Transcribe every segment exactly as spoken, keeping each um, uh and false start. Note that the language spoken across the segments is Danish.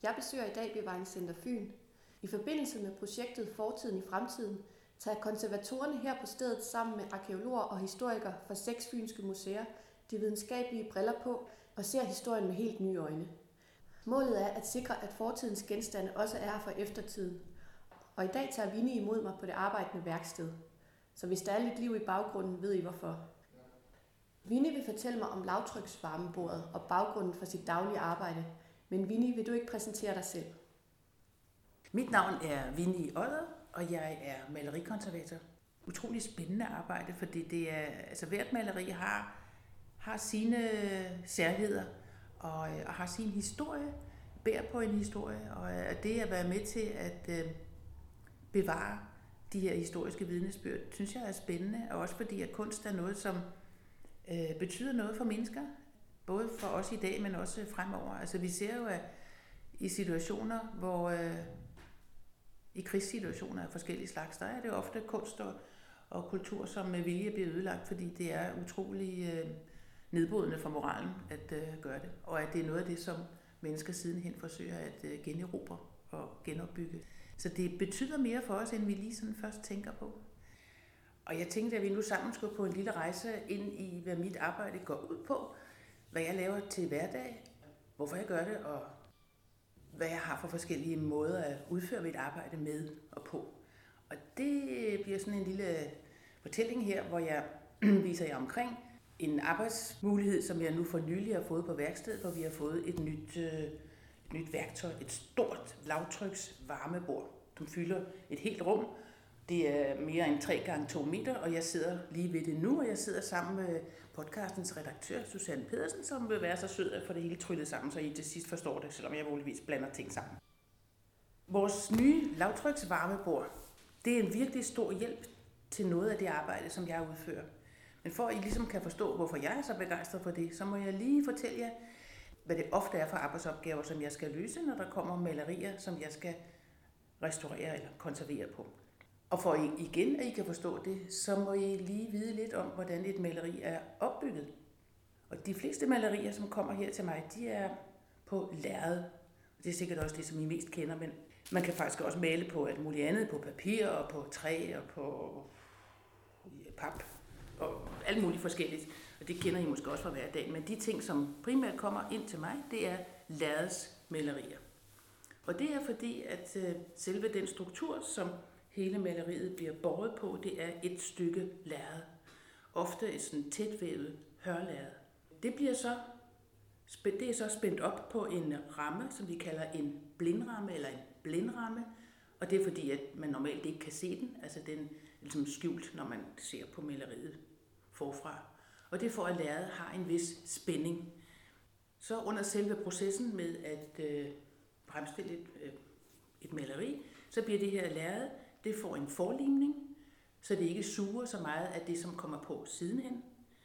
Jeg besøger i dag Bevaringscenter Fyn. I forbindelse med projektet Fortiden i fremtiden tager konservatorerne her på stedet sammen med arkæologer og historikere fra seks fynske museer de videnskabelige briller på og ser historien med helt nye øjne. Målet er at sikre, at fortidens genstande også er her for eftertiden. Og i dag tager Vinnie imod mig på det arbejdende værksted. Så hvis der er lidt liv i baggrunden, ved I hvorfor. Vinnie vil fortælle mig om lavtryksvarmebordet og baggrunden for sit daglige arbejde. Men Vinnie, vil du ikke præsentere dig selv? Mit navn er Vinnie Odder, og jeg er malerikonservator. Utrolig spændende arbejde, fordi det er, altså hvert maleri har, har sine særheder og, og har sin historie, bærer på en historie, og det at være med til at øh, bevare de her historiske vidnesbyrd, synes jeg er spændende, og også fordi at kunst er noget, som øh, betyder noget for mennesker, både for os i dag, men også fremover. Altså vi ser jo, at i situationer, hvor øh, i krigssituationer af forskellige slags, der er det ofte kunst og, og kultur, som med vilje bliver ødelagt, fordi det er utrolig øh, nedbrydende for moralen at øh, gøre det. Og at det er noget af det, som mennesker sidenhen forsøger at øh, generobre og genopbygge. Så det betyder mere for os, end vi lige sådan først tænker på. Og jeg tænkte, at vi nu sammen skulle på en lille rejse ind i, hvad mit arbejde går ud på, hvad jeg laver til hverdag, hvorfor jeg gør det, og hvad jeg har for forskellige måder at udføre mit arbejde med og på. Og det bliver sådan en lille fortælling her, hvor jeg viser jer omkring en arbejdsmulighed, som jeg nu for nylig har fået på værkstedet, hvor vi har fået et nyt, et nyt værktøj, et stort lavtryks varmebord, som fylder et helt rum. Det er mere end tre gange to meter, og jeg sidder lige ved det nu, og jeg sidder sammen med podcastens redaktør, Susanne Pedersen, som vil være så sød at få det hele tryllet sammen, så I til sidst forstår det, selvom jeg muligvis blander ting sammen. Vores nye lavtryks varmebord, det er en virkelig stor hjælp til noget af det arbejde, som jeg udfører. Men for at I ligesom kan forstå, hvorfor jeg er så begejstret for det, så må jeg lige fortælle jer, hvad det ofte er for arbejdsopgaver, som jeg skal løse, når der kommer malerier, som jeg skal restaurere eller konservere på. Og for igen, at I kan forstå det, så må I lige vide lidt om, hvordan et maleri er opbygget. Og de fleste malerier, som kommer her til mig, de er på lærred. Det er sikkert også det, som I mest kender, men man kan faktisk også male på alt muligt andet, på papir og på træ og på pap og alt muligt forskelligt. Og det kender I måske også fra hverdagen. Men de ting, som primært kommer ind til mig, det er lærredsmalerier. Og det er fordi, at selve den struktur, som hele maleriet bliver båret på, det er et stykke lærred. Ofte et sådan tætvævet hørlærred. Det bliver så, det er så spændt op på en ramme, som vi kalder en blindramme eller en blindramme. Og det er fordi, at man normalt ikke kan se den. Altså den er ligesom skjult, når man ser på maleriet forfra. Og det er for, at lærredet har en vis spænding. Så under selve processen med at øh, fremstille et, øh, et maleri, så bliver det her lærred, det får en forlimning, så det ikke suger så meget af det, som kommer på sidenhen.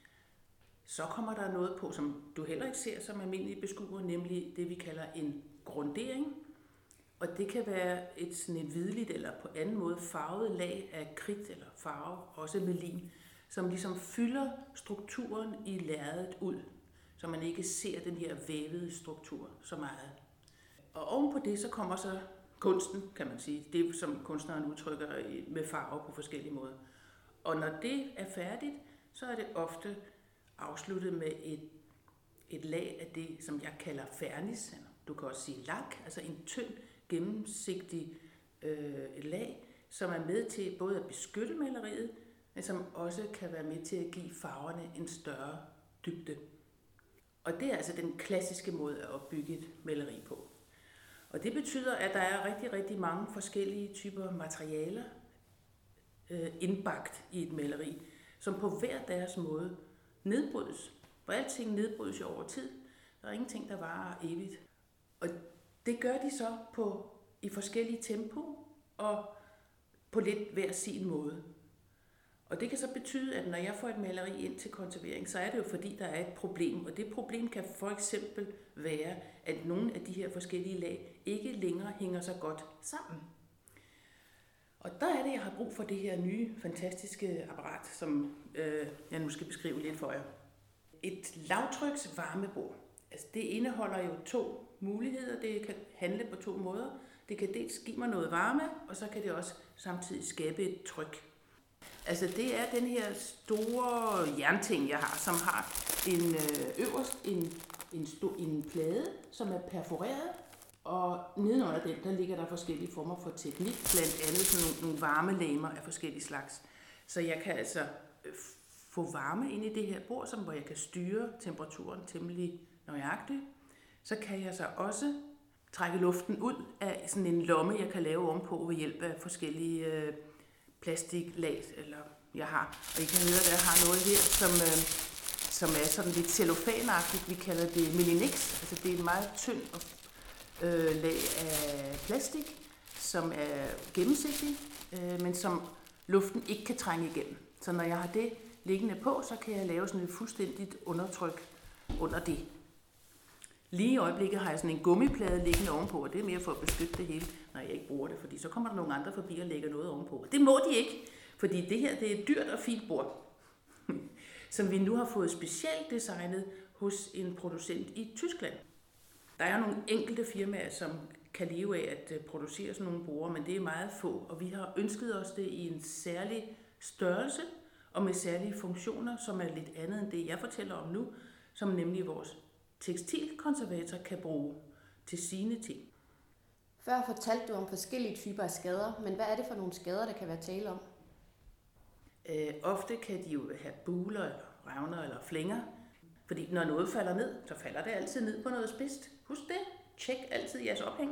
Så kommer der noget på, som du heller ikke ser som almindelige beskuer, nemlig det, vi kalder en grundering. Og det kan være et, sådan et hvidligt eller på anden måde farvet lag af kridt eller farve, også med lim, som ligesom fylder strukturen i lærredet ud, så man ikke ser den her vævede struktur så meget. Og ovenpå det, så kommer så kunsten, kan man sige. Det, som kunstneren udtrykker med farver på forskellige måder. Og når det er færdigt, så er det ofte afsluttet med et, et lag af det, som jeg kalder fernis. Du kan også sige lak, altså en tynd, gennemsigtig øh, lag, som er med til både at beskytte maleriet, men som også kan være med til at give farverne en større dybde. Og det er altså den klassiske måde at opbygge et maleri på. Og det betyder, at der er rigtig, rigtig mange forskellige typer materialer øh, indbagt i et maleri, som på hver deres måde nedbrydes. For alting nedbrydes jo over tid. Der er ingenting, der varer evigt. Og det gør de så på, i forskellige tempo og på lidt hver sin måde. Og det kan så betyde, at når jeg får et maleri ind til konservering, så er det jo fordi, der er et problem. Og det problem kan for eksempel være, at nogle af de her forskellige lag ikke længere hænger så godt sammen. Og der er det, jeg har brug for det her nye, fantastiske apparat, som øh, jeg nu skal beskrive lidt for jer. Et lavtryks varmebord, altså det indeholder jo to muligheder. Det kan handle på to måder. Det kan dels give mig noget varme, og så kan det også samtidig skabe et tryk. Altså det er den her store jernting, jeg har, som har en øh, øverst en, en, sto, en plade, som er perforeret, og nedenunder den, der ligger der forskellige former for teknik, blandt andet sådan nogle, nogle varmelægmer af forskellige slags. Så jeg kan altså øh, få varme ind i det her bord, som, hvor jeg kan styre temperaturen temmelig nøjagtigt. Så kan jeg så også trække luften ud af sådan en lomme, jeg kan lave ovenpå ved hjælp af forskellige øh, plastiklag, eller jeg har. Og I kan høre, at jeg har noget her, som, øh, som er sådan lidt cellofanagtigt. Vi kalder det Melinix. Altså det er et meget tyndt øh, lag af plastik, som er gennemsigtig, øh, men som luften ikke kan trænge igennem. Så når jeg har det liggende på, så kan jeg lave sådan et fuldstændigt undertryk under det. Lige i øjeblikket har jeg sådan en gummiplade liggende ovenpå, og det er mere for at beskytte det hele, når jeg ikke bruger det, fordi så kommer der nogle andre forbi og lægger noget ovenpå. Det må de ikke, fordi det her det er et dyrt og fint bord, som vi nu har fået specielt designet hos en producent i Tyskland. Der er nogle enkelte firmaer, som kan leve af at producere sådan nogle borde, men det er meget få, og vi har ønsket os det i en særlig størrelse og med særlige funktioner, som er lidt andet end det, jeg fortæller om nu, som nemlig vores tekstilkonservator kan bruge til sine ting. Før fortalte du om forskellige typer af skader, men hvad er det for nogle skader, der kan være tale om? Øh, ofte kan de jo have buler, eller revner eller flænger, fordi når noget falder ned, så falder det altid ned på noget spidst. Husk det. Tjek altid jeres ophæng.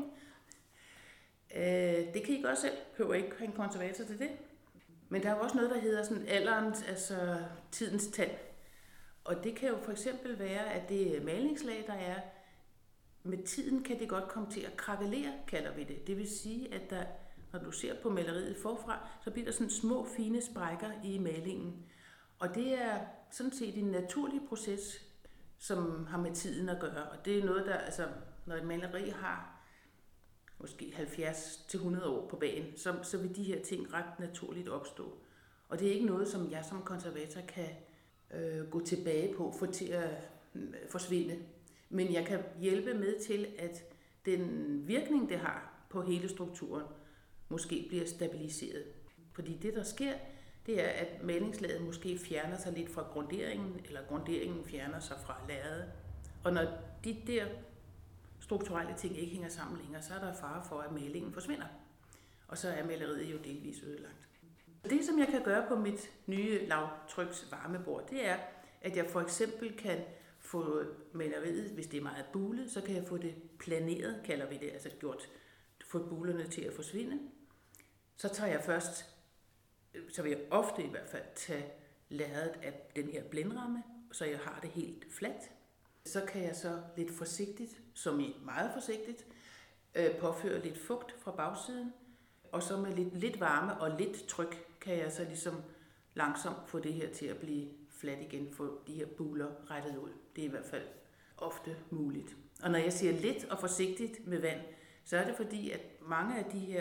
Øh, det kan I gøre selv. Behøver ikke have en konservator til det. Men der er jo også noget, der hedder sådan alderens, altså tidens tand. Og det kan jo for eksempel være, at det malingslag, der er, med tiden kan det godt komme til at krakelere, kalder vi det. Det vil sige, at der, når du ser på maleriet forfra, så bliver der sådan små, fine sprækker i malingen. Og det er sådan set en naturlig proces, som har med tiden at gøre. Og det er noget, der, altså, når et maleri har måske halvfjerds til hundrede år på bagen, så, så vil de her ting ret naturligt opstå. Og det er ikke noget, som jeg som konservator kan øh, gå tilbage på, få til at øh, forsvinde. Men jeg kan hjælpe med til, at den virkning, det har på hele strukturen, måske bliver stabiliseret. Fordi det, der sker, det er, at malingslaget måske fjerner sig lidt fra grunderingen, eller grunderingen fjerner sig fra lærredet. Og når de der strukturelle ting ikke hænger sammen længere, så er der fare for, at malingen forsvinder. Og så er maleriet jo delvis ødelagt. Det, som jeg kan gøre på mit nye lavtryks varmebord, det er, at jeg for eksempel kan få maleriet, hvis det er meget bulet, så kan jeg få det planeret, kalder vi det, altså gjort, få bulerne til at forsvinde. Så tager jeg først, så vil jeg ofte i hvert fald tage lærredet af den her blindramme, så jeg har det helt fladt. Så kan jeg så lidt forsigtigt, som i meget forsigtigt, påføre lidt fugt fra bagsiden, og så med lidt, lidt varme og lidt tryk, kan jeg så ligesom langsomt få det her til at blive fladt igen, få de her buler rettet ud. Det er i hvert fald ofte muligt. Og når jeg siger lidt og forsigtigt med vand, så er det fordi, at mange af de her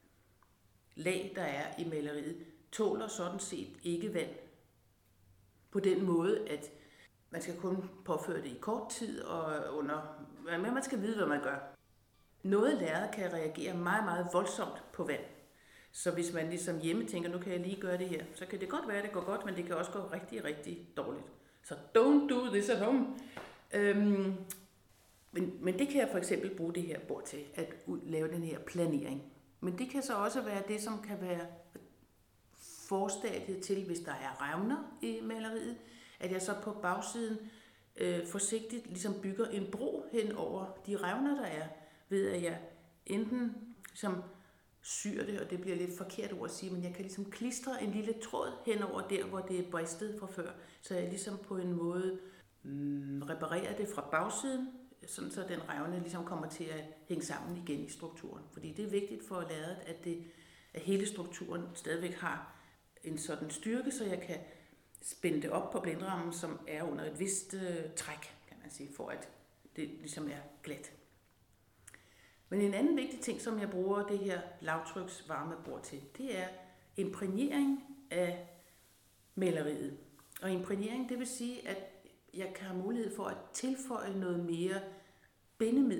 lag, der er i maleriet, tåler sådan set ikke vand. På den måde, at man skal kun påføre det i kort tid, og under, men man skal vide, hvad man gør. Noget lærred kan reagere meget, meget voldsomt på vand. Så hvis man ligesom hjemme tænker, nu kan jeg lige gøre det her, så kan det godt være, at det går godt, men det kan også gå rigtig, rigtig dårligt. Så don't do this at home. Øhm, men, men det kan jeg for eksempel bruge det her bord til, at lave den her planering. Men det kan så også være det, som kan være forstadiet til, hvis der er revner i maleriet, at jeg så på bagsiden øh, forsigtigt ligesom bygger en bro hen over de revner, der er, ved at jeg enten som syr det, og det bliver lidt forkert ord at sige, men jeg kan ligesom klistre en lille tråd hen over der, hvor det er bristet fra før, så jeg ligesom på en måde mm, reparerer det fra bagsiden, sådan så den revne ligesom kommer til at hænge sammen igen i strukturen. Fordi det er vigtigt for lærredet, at, det, at hele strukturen stadigvæk har en sådan styrke, så jeg kan spænde det op på blindrammen, som er under et vist øh, træk, kan man sige, for at det ligesom er glat. Men en anden vigtig ting, som jeg bruger det her lavtryks varmebord til, det er imprægnering af maleriet. Og imprægnering, det vil sige, at jeg kan have mulighed for at tilføje noget mere bindemiddel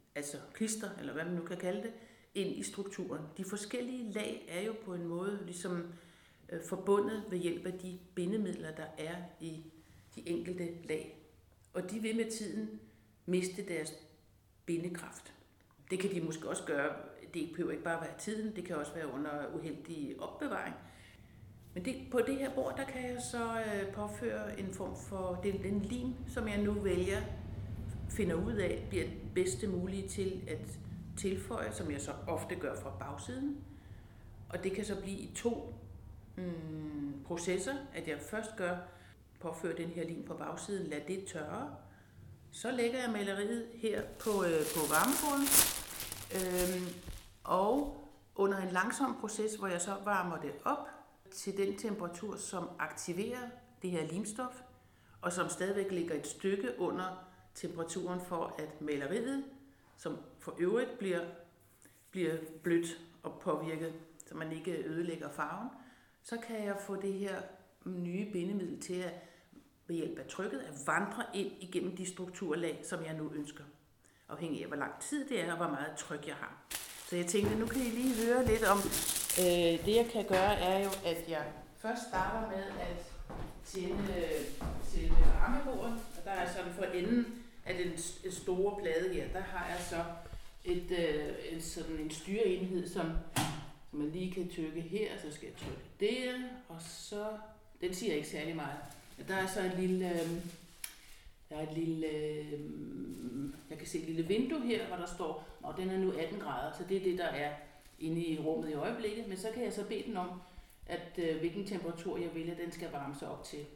altså klister, eller hvad man nu kan kalde det, ind i strukturen. De forskellige lag er jo på en måde ligesom øh, forbundet ved hjælp af de bindemidler, der er i de enkelte lag. Og de vil med tiden miste deres bindekraft. Det kan de måske også gøre, det behøver ikke bare være tiden, det kan også være under uheldig opbevaring. Men det, på det her bord, der kan jeg så øh, påføre en form for den, den lim, som jeg nu vælger, finder ud af, bliver det bedste mulige til at tilføje, som jeg så ofte gør fra bagsiden. Og det kan så blive i to mm, processer, at jeg først gør, påfører den her lim på bagsiden, lad det tørre. Så lægger jeg maleriet her på, øh, på varmebordet, øhm, og under en langsom proces, hvor jeg så varmer det op til den temperatur, som aktiverer det her limstof, og som stadigvæk ligger et stykke under temperaturen for, at maleriet, som for øvrigt bliver, bliver blødt og påvirket, så man ikke ødelægger farven, så kan jeg få det her nye bindemiddel til at ved hjælp af trykket at vandre ind igennem de strukturlag, som jeg nu ønsker. Afhængig af, hvor lang tid det er, og hvor meget tryk jeg har. Så jeg tænkte, nu kan I lige høre lidt om, øh, det jeg kan gøre, er jo, at jeg først starter med at tænde selve varmebordet. Og der er sådan for enden af den store plade her, der har jeg så et, øh, en, sådan en styreenhed, som, som man lige kan trykke her, så skal jeg trykke der, og så, den siger ikke særlig meget. Der er så en lille, øh, der er et lille, øh, jeg kan se et lille vindue her, hvor der står, og den er nu atten grader, så det er det, der er inde i rummet i øjeblikket. Men så kan jeg så bede den om, at øh, hvilken temperatur jeg vil, at den skal varme sig op til.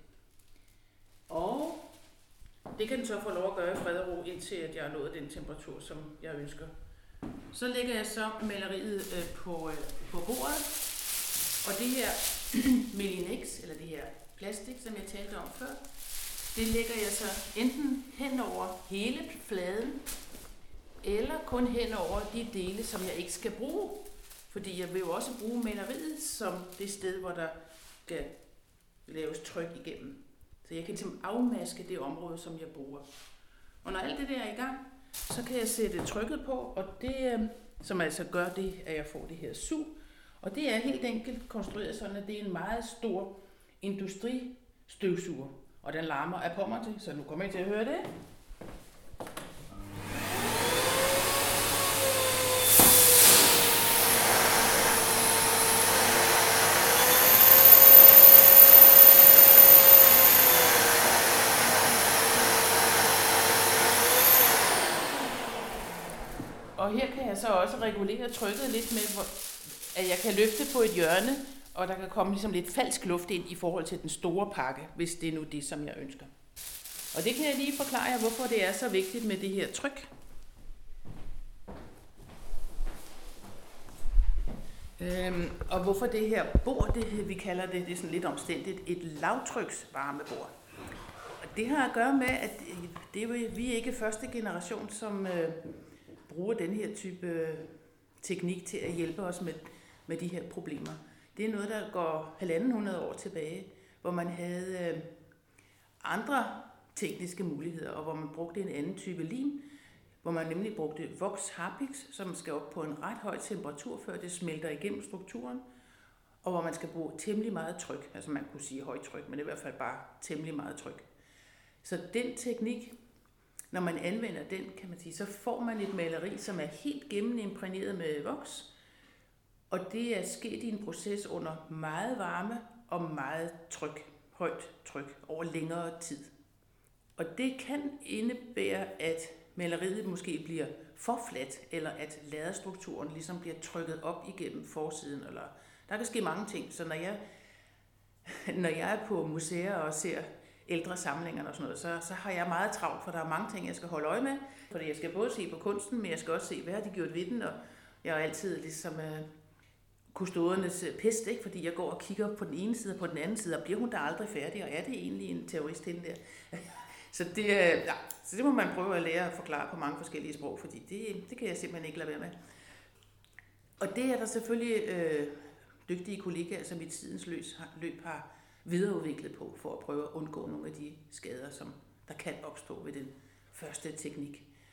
Og det kan den så få lov at gøre i fred og ro, indtil at jeg har nået den temperatur, som jeg ønsker. Så lægger jeg så maleriet øh, på, øh, på bordet, og det her Melinex, eller det her plastik, som jeg talte om før, det lægger jeg så enten hen over hele fladen, eller kun hen over de dele, som jeg ikke skal bruge. Fordi jeg vil jo også bruge maleriet som det sted, hvor der skal laves tryk igennem. Så jeg kan simpelthen afmaske det område, som jeg bruger. Og når alt det der er i gang, så kan jeg sætte trykket på, og det, som altså gør det, at jeg får det her sug. Og det er helt enkelt konstrueret sådan, at det er en meget stor industristøvsuger. Og den larmer af på mig til, så nu kommer I til at høre det. Og her kan jeg så også regulere trykket lidt med, at jeg kan løfte på et hjørne, og der kan komme ligesom lidt falsk luft ind i forhold til den store pakke, hvis det er nu det, som jeg ønsker. Og det kan jeg lige forklare jer, hvorfor det er så vigtigt med det her tryk. Øhm, og hvorfor det her bord, det, vi kalder det, det er sådan lidt omstændigt, et lavtryksvarmebord. Og det har at gøre med, at det er jo, vi er ikke første generation, som øh, bruger den her type teknik til at hjælpe os med, med de her problemer. Det er noget, der går halvanden hundrede år tilbage, hvor man havde øh, andre tekniske muligheder, og hvor man brugte en anden type lim, hvor man nemlig brugte Vox Harpix, som skal op på en ret høj temperatur, før det smelter igennem strukturen, og hvor man skal bruge temmelig meget tryk, altså man kunne sige højt tryk, men det er i hvert fald bare temmelig meget tryk. Så den teknik, når man anvender den, kan man sige, så får man et maleri, som er helt gennemimprægneret med voks, og det er sket i en proces under meget varme og meget tryk, højt tryk over længere tid. Og det kan indebære, at maleriet måske bliver for fladt, eller at laderstrukturen ligesom bliver trykket op igennem forsiden. Eller der kan ske mange ting, så når jeg, når jeg er på museer og ser ældre samlinger og sådan noget, så, så har jeg meget travlt, for der er mange ting, jeg skal holde øje med. Fordi jeg skal både se på kunsten, men jeg skal også se, hvad har de gjort ved den, og jeg er altid ligesom øh, kustodernes pest, ikke? Fordi jeg går og kigger på den ene side og på den anden side, og bliver hun da aldrig færdig, og er det egentlig en terrorist hende der? Så det, ja, så det må man prøve at lære at forklare på mange forskellige sprog, fordi det, det kan jeg simpelthen ikke lade være med. Og det er der selvfølgelig øh, dygtige kollegaer, som i tidens løs, løb har videreudviklet på, for at prøve at undgå nogle af de skader, som der kan opstå ved den første teknik.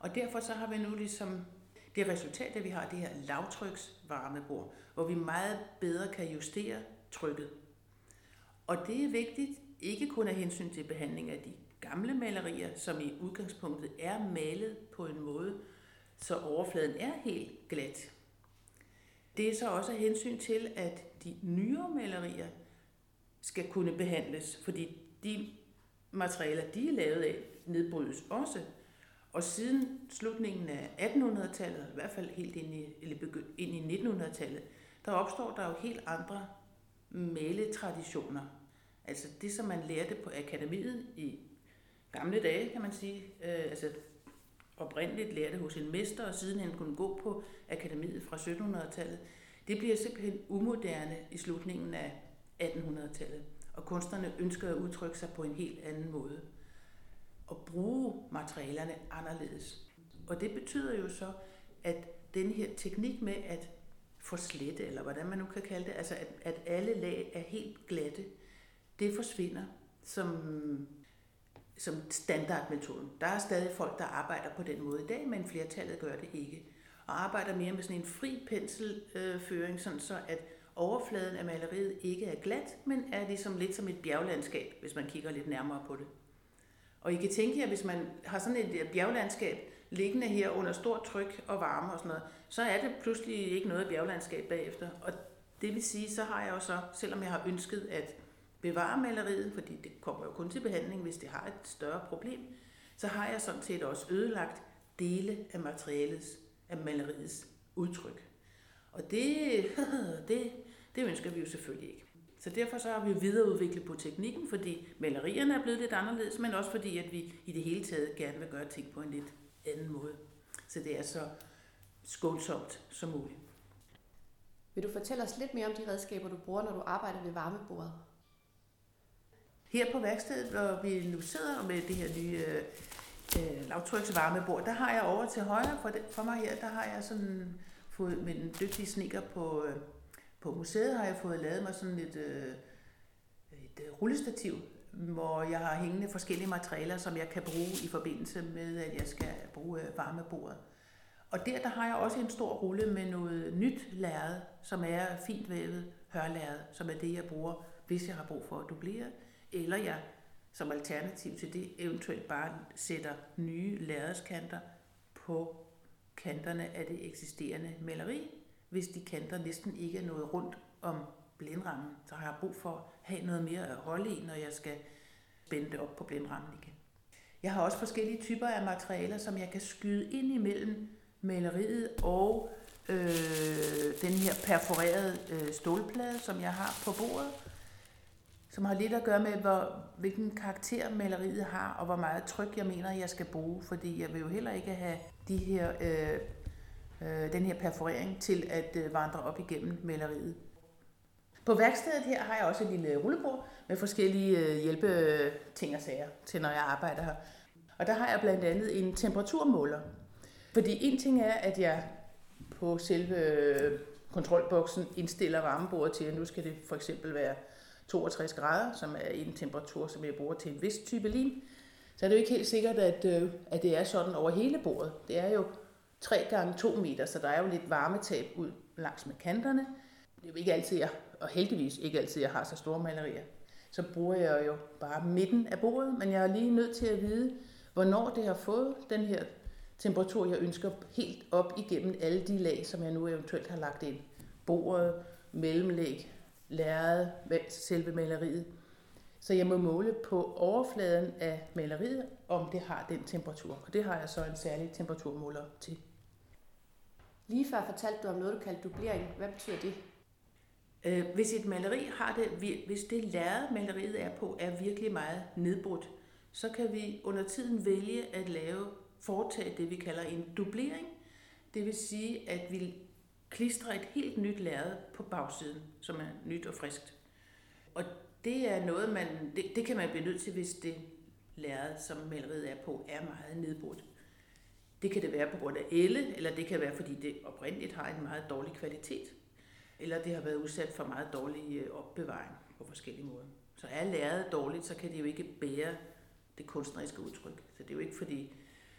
Og derfor så har vi nu ligesom det resultat, at vi har det her lavtryksvarmebord, hvor vi meget bedre kan justere trykket. Og det er vigtigt, ikke kun af hensyn til behandling af de gamle malerier, som i udgangspunktet er malet på en måde, så overfladen er helt glat. Det er så også af hensyn til, at de nyere malerier skal kunne behandles, fordi de materialer, de er lavet af, nedbrydes også. Og siden slutningen af attenhundredetallet, i hvert fald helt ind i, eller begynd, ind i nittenhundredetallet, der opstår der jo helt andre maletraditioner. Altså det, som man lærte på akademiet i gamle dage, kan man sige, øh, altså oprindeligt lærte hos en mester, og siden han kunne gå på akademiet fra syttenhundredetallet, det bliver simpelthen umoderne i slutningen af attenhundredetallet. Og kunstnerne ønsker at udtrykke sig på en helt anden måde. Og bruge materialerne anderledes. Og det betyder jo så, at den her teknik med at forslette, eller hvordan man nu kan kalde det, altså at, at alle lag er helt glatte, det forsvinder som, som standardmetoden. Der er stadig folk, der arbejder på den måde i dag, men flertallet gør det ikke. Og arbejder mere med sådan en fri penselføring, sådan så at overfladen af maleriet ikke er glat, men er ligesom lidt som et bjerglandskab, hvis man kigger lidt nærmere på det. Og I kan tænke jer, hvis man har sådan et bjerglandskab liggende her under stort tryk og varme og sådan noget, så er det pludselig ikke noget bjerglandskab bagefter. Og det vil sige, så har jeg jo så, selvom jeg har ønsket at bevare maleriet, fordi det kommer jo kun til behandling, hvis det har et større problem, så har jeg sådan set også ødelagt dele af materialets, af maleriets udtryk. Og det, det, det ønsker vi jo selvfølgelig ikke. Så derfor så har vi videreudviklet på teknikken, fordi malerierne er blevet lidt anderledes, men også fordi, at vi i det hele taget gerne vil gøre ting på en lidt anden måde. Så det er så skånsomt som muligt. Vil du fortælle os lidt mere om de redskaber, du bruger, når du arbejder ved varmebordet? Her på værkstedet, hvor vi nu sidder med det her nye øh, lavtryksvarmebord, der har jeg over til højre for, det, for mig her, der har jeg sådan fået med en dygtig snedker på... Øh, På museet har jeg fået lavet mig sådan et, øh, et øh, rullestativ, hvor jeg har hængende forskellige materialer, som jeg kan bruge i forbindelse med, at jeg skal bruge øh, varmebordet. Og der, der har jeg også en stor rulle med noget nyt lærred, som er fint vævet hørlærred, som er det, jeg bruger, hvis jeg har brug for at dublere, eller jeg som alternativ til det eventuelt bare sætter nye lærredskanter på kanterne af det eksisterende maleri. Hvis de kanter næsten ikke er nået rundt om blindrammen, så har jeg brug for at have noget mere at holde i, når jeg skal spænde det op på blindrammen igen. Jeg har også forskellige typer af materialer, som jeg kan skyde ind imellem maleriet og øh, den her perforerede øh, stålplade, som jeg har på bordet, som har lidt at gøre med, hvor, hvilken karakter maleriet har, og hvor meget tryk jeg mener, jeg skal bruge, fordi jeg vil jo heller ikke have de her... Øh, den her perforering til at vandre op igennem maleriet. På værkstedet her har jeg også et lille rullebord med forskellige hjælpeting og sager til, når jeg arbejder her. Og der har jeg blandt andet en temperaturmåler. Fordi en ting er, at jeg på selve kontrolboksen indstiller varmebordet til, at nu skal det for eksempel være toogtres grader, som er en temperatur, som jeg bruger til en vis type lim. Så er det jo ikke helt sikkert, at, at det er sådan over hele bordet. Det er jo tre gange to meter, så der er jo lidt varmetab ud langs med kanterne. Det er jo ikke altid, jeg, og heldigvis ikke altid, jeg har så store malerier. Så bruger jeg jo bare midten af bordet, men jeg er lige nødt til at vide, hvornår det har fået den her temperatur, jeg ønsker helt op igennem alle de lag, som jeg nu eventuelt har lagt ind. Bordet, mellemlæg, lærred, selve maleriet. Så jeg må måle på overfladen af maleriet, om det har den temperatur. Og det har jeg så en særlig temperaturmåler til. Lige før fortalte du om noget, du kaldte dublering. Hvad betyder det? Hvis et maleri har det, hvis det lærred, maleriet er på, er virkelig meget nedbrudt, så kan vi under tiden vælge at lave, foretage det, vi kalder en dublering. Det vil sige, at vi klistrer et helt nyt lærred på bagsiden, som er nyt og friskt. Og det er noget, man, det, det kan man blive nødt til, hvis det lærred, som maleriet er på, er meget nedbrudt. Det kan det være på grund af ælde, eller det kan være, fordi det oprindeligt har en meget dårlig kvalitet, eller det har været udsat for meget dårlig opbevaring på forskellige måder. Så er lærredet dårligt, så kan det jo ikke bære det kunstneriske udtryk. Så det er jo ikke fordi,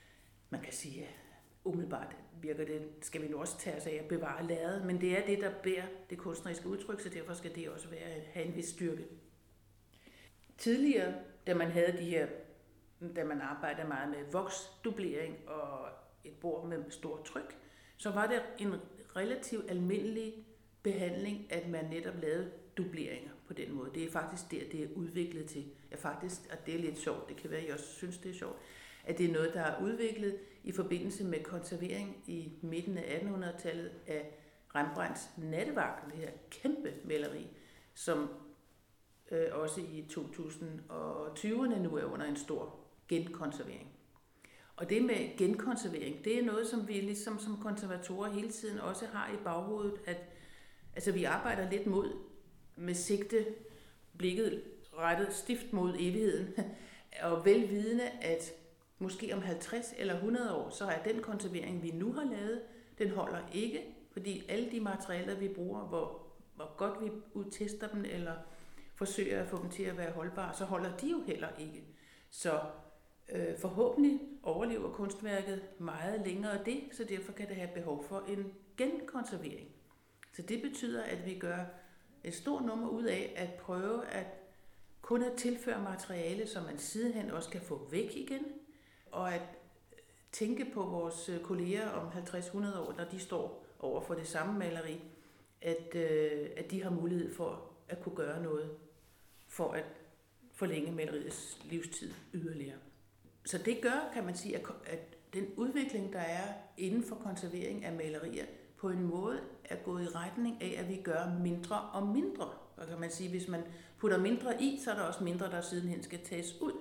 man kan sige, at umiddelbart virker det, skal vi nu også tage os af at bevare lærredet, men det er det, der bærer det kunstneriske udtryk, så derfor skal det også være, have en vis styrke. Tidligere, da man havde de her, da man arbejdede meget med voksdublering og et bord med stort tryk, så var det en relativt almindelig behandling, at man netop lavede dubleringer på den måde. Det er faktisk der, det er udviklet til. Ja, faktisk, og det er lidt sjovt, det kan være, at I også synes, det er sjovt, at det er noget, der er udviklet i forbindelse med konservering i midten af attenhundredetallet af Rembrandts Nattevagten, det her kæmpe maleri, som øh, også i to tusind og tyverne nu er under en stor genkonservering. Og det med genkonservering, det er noget, som vi ligesom som konservatorer hele tiden også har i baghovedet, at altså, vi arbejder lidt mod med sigte, blikket rettet stift mod evigheden, og velvidende, at måske om halvtreds eller hundrede år, så er den konservering, vi nu har lavet, den holder ikke, fordi alle de materialer, vi bruger, hvor, hvor godt vi udtester dem, eller forsøger at få dem til at være holdbare, så holder de jo heller ikke. Så øh, forhåbentlig overlever kunstværket meget længere det, så derfor kan det have behov for en genkonservering. Så det betyder, at vi gør et stort nummer ud af at prøve at kun at tilføre materiale, som man sidenhen også kan få væk igen, og at tænke på vores kolleger om halvtreds til hundrede år, når de står over for det samme maleri, at, øh, at de har mulighed for at kunne gøre noget for at forlænge maleriets livstid yderligere. Så det gør, kan man sige, at, at den udvikling, der er inden for konservering af malerier, på en måde er gået i retning af, at vi gør mindre og mindre. Og kan man sige, hvis man putter mindre i, så er der også mindre, der sidenhen skal tages ud.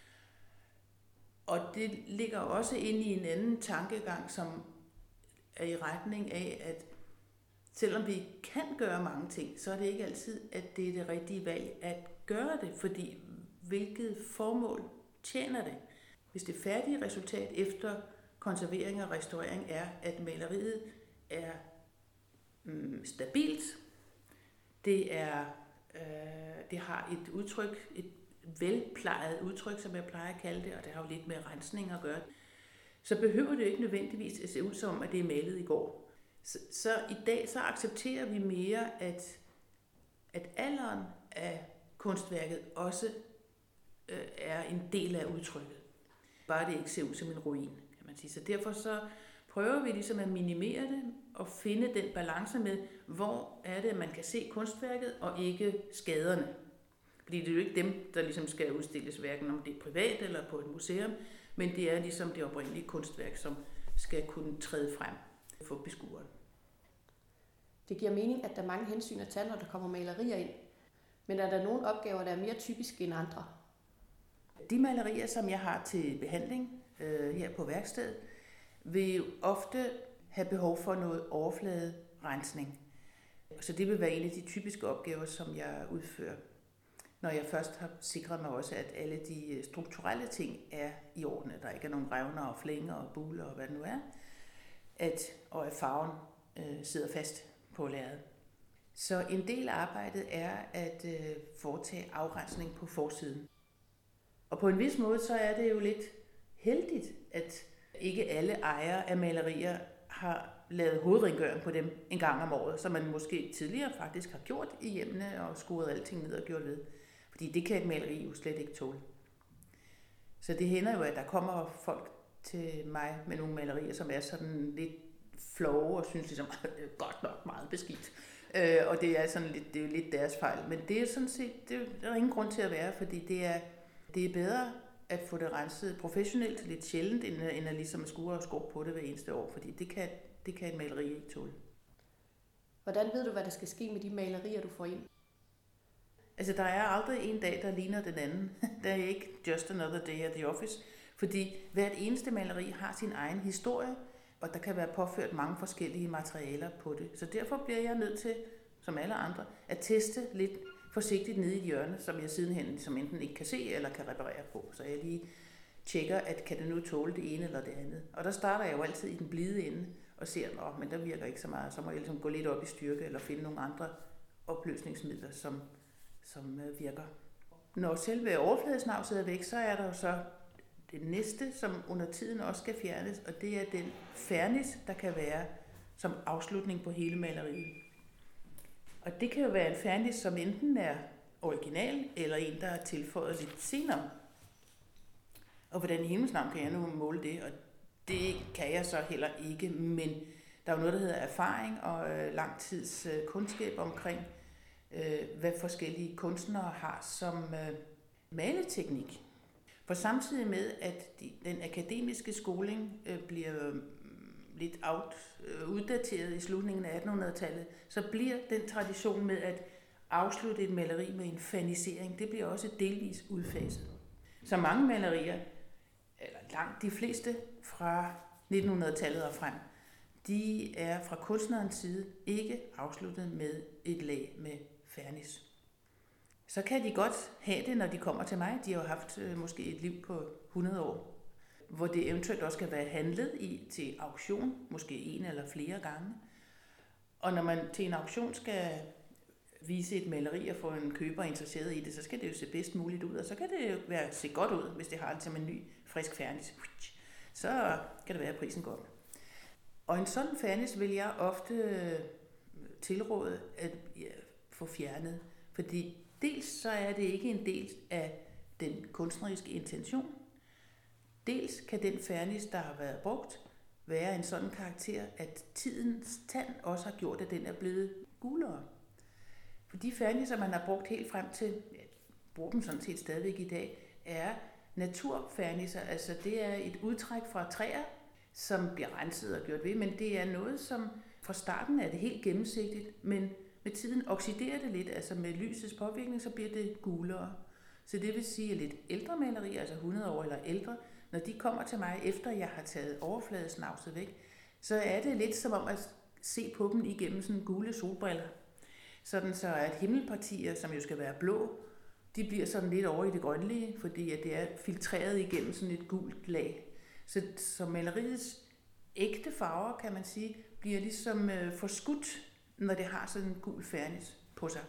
Og det ligger også inde i en anden tankegang, som er i retning af, at selvom vi kan gøre mange ting, så er det ikke altid, at det er det rigtige valg at gøre det, fordi hvilket formål tjener det? Hvis det færdige resultat efter konservering og restaurering er, at maleriet er mm, stabilt, det, er, øh, det har et udtryk, et velplejet udtryk, som jeg plejer at kalde det, og det har jo lidt med rensning at gøre, så behøver det ikke nødvendigvis at se ud som, at det er malet i går. Så, så i dag så accepterer vi mere, at, at alderen af kunstværket også øh, er en del af udtrykket. Bare det ikke ser ud som en ruin, kan man sige. Så derfor så prøver vi ligesom at minimere det og finde den balance med, hvor er det, at man kan se kunstværket og ikke skaderne. Fordi det er jo ikke dem, der ligesom skal udstilles, hverken om det er privat eller på et museum, men det er ligesom det oprindelige kunstværk, som skal kunne træde frem for beskueren. Det giver mening, at der er mange hensyn at tage, når der kommer malerier ind. Men er der nogle opgaver, der er mere typiske end andre? De malerier, som jeg har til behandling øh, her på værkstedet, vil jo ofte have behov for noget overfladerensning. Så det vil være en af de typiske opgaver, som jeg udfører, når jeg først har sikret mig også, at alle de strukturelle ting er i orden, at der ikke er nogen revner og flænger og buler og hvad det nu er, at, og at farven øh, sidder fast på lærredet. Så en del af arbejdet er at øh, foretage afrensning på forsiden. Og på en vis måde, så er det jo lidt heldigt, at ikke alle ejere af malerier har lavet hovedrengøring på dem en gang om året, som man måske tidligere faktisk har gjort i hjemmene og skuret alting ned og gjort ved. Fordi det kan et maleri jo slet ikke tåle. Så det hænder jo, at der kommer folk til mig med nogle malerier, som er sådan lidt flove og synes ligesom, godt nok meget beskidt. Øh, og det er, sådan lidt, det er jo lidt deres fejl. Men det er sådan set, det er, der er ingen grund til at være, fordi det er, det er bedre at få det renset professionelt, lidt sjældent, end, end at ligesom skure og skubbe på det hver eneste år, fordi det kan, det kan et maleri ikke tåle. Hvordan ved du, hvad der skal ske med de malerier, du får ind? Altså, der er aldrig en dag, der ligner den anden. Der er ikke just another day at the office, fordi hvert eneste maleri har sin egen historie, og der kan være påført mange forskellige materialer på det. Så derfor bliver jeg nødt til, som alle andre, at teste lidt forsigtigt nede i et hjørne, som jeg sidenhen som enten ikke kan se eller kan reparere på. Så jeg lige tjekker, at kan det nu tåle det ene eller det andet. Og der starter jeg jo altid i den blide ende og ser, at men der virker ikke så meget. Så må jeg ligesom gå lidt op i styrke eller finde nogle andre opløsningsmidler, som, som virker. Når selve overfladesnavset er væk, så er der jo så det næste, som under tiden også skal fjernes, og det er den fernis, der kan være som afslutning på hele maleriet. Og det kan jo være en fernis, som enten er original, eller en, der er tilføjet lidt senere. Og hvordan i himlens navn kan jeg nu måle det? Og det kan jeg så heller ikke, men der er jo noget, der hedder erfaring og øh, lang tids øh, kundskab omkring, øh, hvad forskellige kunstnere har som øh, maleteknik. For samtidig med, at de, den akademiske skoling øh, bliver øh, lidt out, øh, uddateret i slutningen af attenhundredetallet, så bliver den tradition med at afslutte et maleri med en fanisering, det bliver også delvis udfaset. Så mange malerier, eller langt de fleste fra nittenhundredetallet og frem, de er fra kunstnerens side ikke afsluttet med et lag med fernis. Så kan de godt have det, når de kommer til mig. De har jo haft øh, måske et liv på hundrede år, hvor det eventuelt også kan være handlet i til auktion, måske en eller flere gange. Og når man til en auktion skal vise et maleri og få en køber interesseret i det, så skal det jo se bedst muligt ud, og så kan det jo være, se godt ud, hvis det har det som en ny, frisk fernis. Så kan det være, at prisen går op. Og en sådan fernis vil jeg ofte tilråde at få fjernet, fordi dels så er det ikke en del af den kunstneriske intention, dels kan den fernis, der har været brugt, være en sådan karakter, at tidens tand også har gjort, at den er blevet gulere. For de ferniser, man har brugt helt frem til, ja, bruger dem sådan set stadigvæk i dag, er naturferniser. Altså det er et udtræk fra træer, som bliver renset og gjort ved, men det er noget, som fra starten er det helt gennemsigtigt, men med tiden oxiderer det lidt, altså med lysets påvirkning, så bliver det gulere. Så det vil sige, at lidt ældre malerier, altså hundrede år eller ældre, når de kommer til mig, efter jeg har taget overfladesnavset væk, så er det lidt som om at se på dem igennem sådan gule solbriller. Sådan så at himmelpartier, som jo skal være blå, de bliver sådan lidt over i det grønlige, fordi at det er filtreret igennem sådan et gult lag. Så, så maleriets ægte farver, kan man sige, bliver ligesom øh, forskudt, når det har sådan en gul fernis på sig.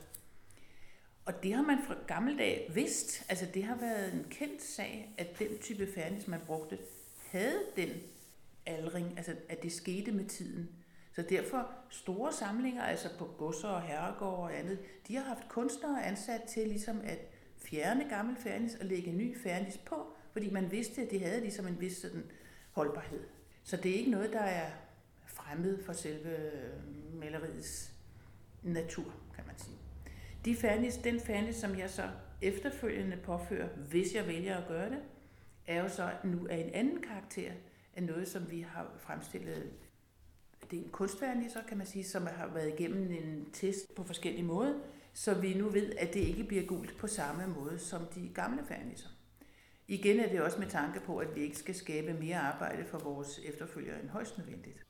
Og det har man fra gammeldag vidst, altså det har været en kendt sag, at den type fernis, man brugte, havde den aldring, altså at det skete med tiden. Så derfor store samlinger, altså på godser og herregård og andet, de har haft kunstnere ansat til ligesom at fjerne gammel fernis og lægge ny fernis på, fordi man vidste, at det havde ligesom en vis sådan holdbarhed. Så det er ikke noget, der er fremmed for selve maleriets natur, kan man sige. De fernis, den fernis, som jeg så efterfølgende påfører, hvis jeg vælger at gøre det, er jo så nu af en anden karakter af noget, som vi har fremstillet. Det er en kunstfernis, så kan man sige, som har været igennem en test på forskellige måder, så vi nu ved, at det ikke bliver gult på samme måde som de gamle ferniser. Igen er det også med tanke på, at vi ikke skal skabe mere arbejde for vores efterfølgere end højst nødvendigt.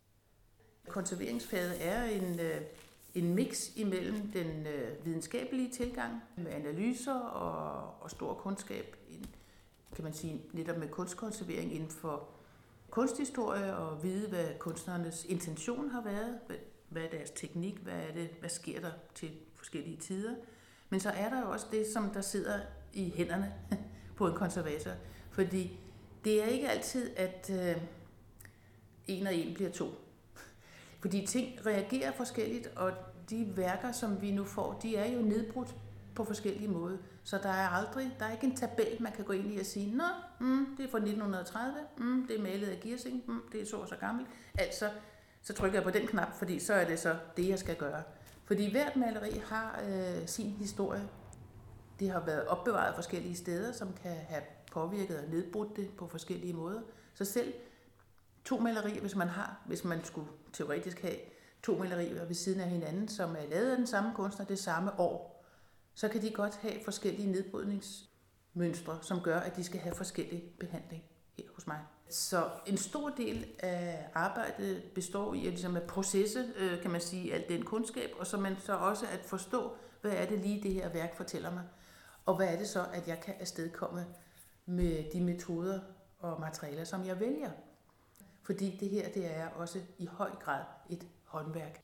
Konserveringsfaget er en, en mix imellem den videnskabelige tilgang med analyser og, og stor kundskab, kan man sige, netop med kunstkonservering inden for kunsthistorie og vide, hvad kunstnernes intention har været, hvad er deres teknik, hvad er det, hvad sker der til forskellige tider. Men så er der jo også det, som der sidder i hænderne på en konservator, fordi det er ikke altid, at øh, en og en bliver to. Fordi ting reagerer forskelligt, og de værker, som vi nu får, de er jo nedbrudt på forskellige måder. Så der er aldrig, der er ikke en tabel, man kan gå ind i og sige, nå, mm, det er fra nitten tredive, mm, det er malet af Giersing, mm, det er så og så gammelt. Altså, så trykker jeg på den knap, fordi så er det så det, jeg skal gøre. Fordi hvert maleri har øh, sin historie. Det har været opbevaret forskellige steder, som kan have påvirket og nedbrudt det på forskellige måder. Så selv to malerier, hvis man har, hvis man skulle teoretisk have to malerier ved siden af hinanden, som er lavet af den samme kunstner det samme år, så kan de godt have forskellige nedbrydningsmønstre, som gør, at de skal have forskellig behandling her hos mig. Så en stor del af arbejdet består i at, ligesom at processe, kan man sige, al den kundskab, og så man så også at forstå, hvad er det lige det her værk fortæller mig, og hvad er det så, at jeg kan afstedkomme med de metoder og materialer, som jeg vælger. Fordi det her, det er også i høj grad et håndværk.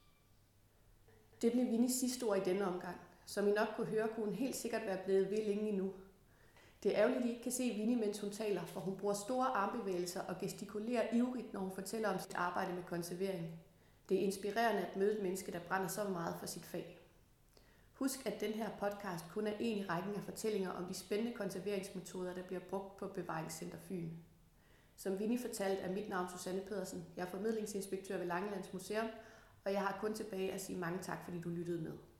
Det blev Winnies sidste ord i denne omgang. Som I nok kunne høre, kunne hun helt sikkert være blevet ved længe endnu. Det er ærgerligt, at I ikke kan se Winnie, mens hun taler, for hun bruger store armbevægelser og gestikulerer ivrigt, når hun fortæller om sit arbejde med konservering. Det er inspirerende at møde et menneske, der brænder så meget for sit fag. Husk, at den her podcast kun er en i rækken af fortællinger om de spændende konserveringsmetoder, der bliver brugt på Bevaringscenter Fyn. Som Winnie fortalte, er mit navn Susanne Pedersen. Jeg er formidlingsinspektør ved Langelands Museum, og jeg har kun tilbage at sige mange tak, fordi du lyttede med.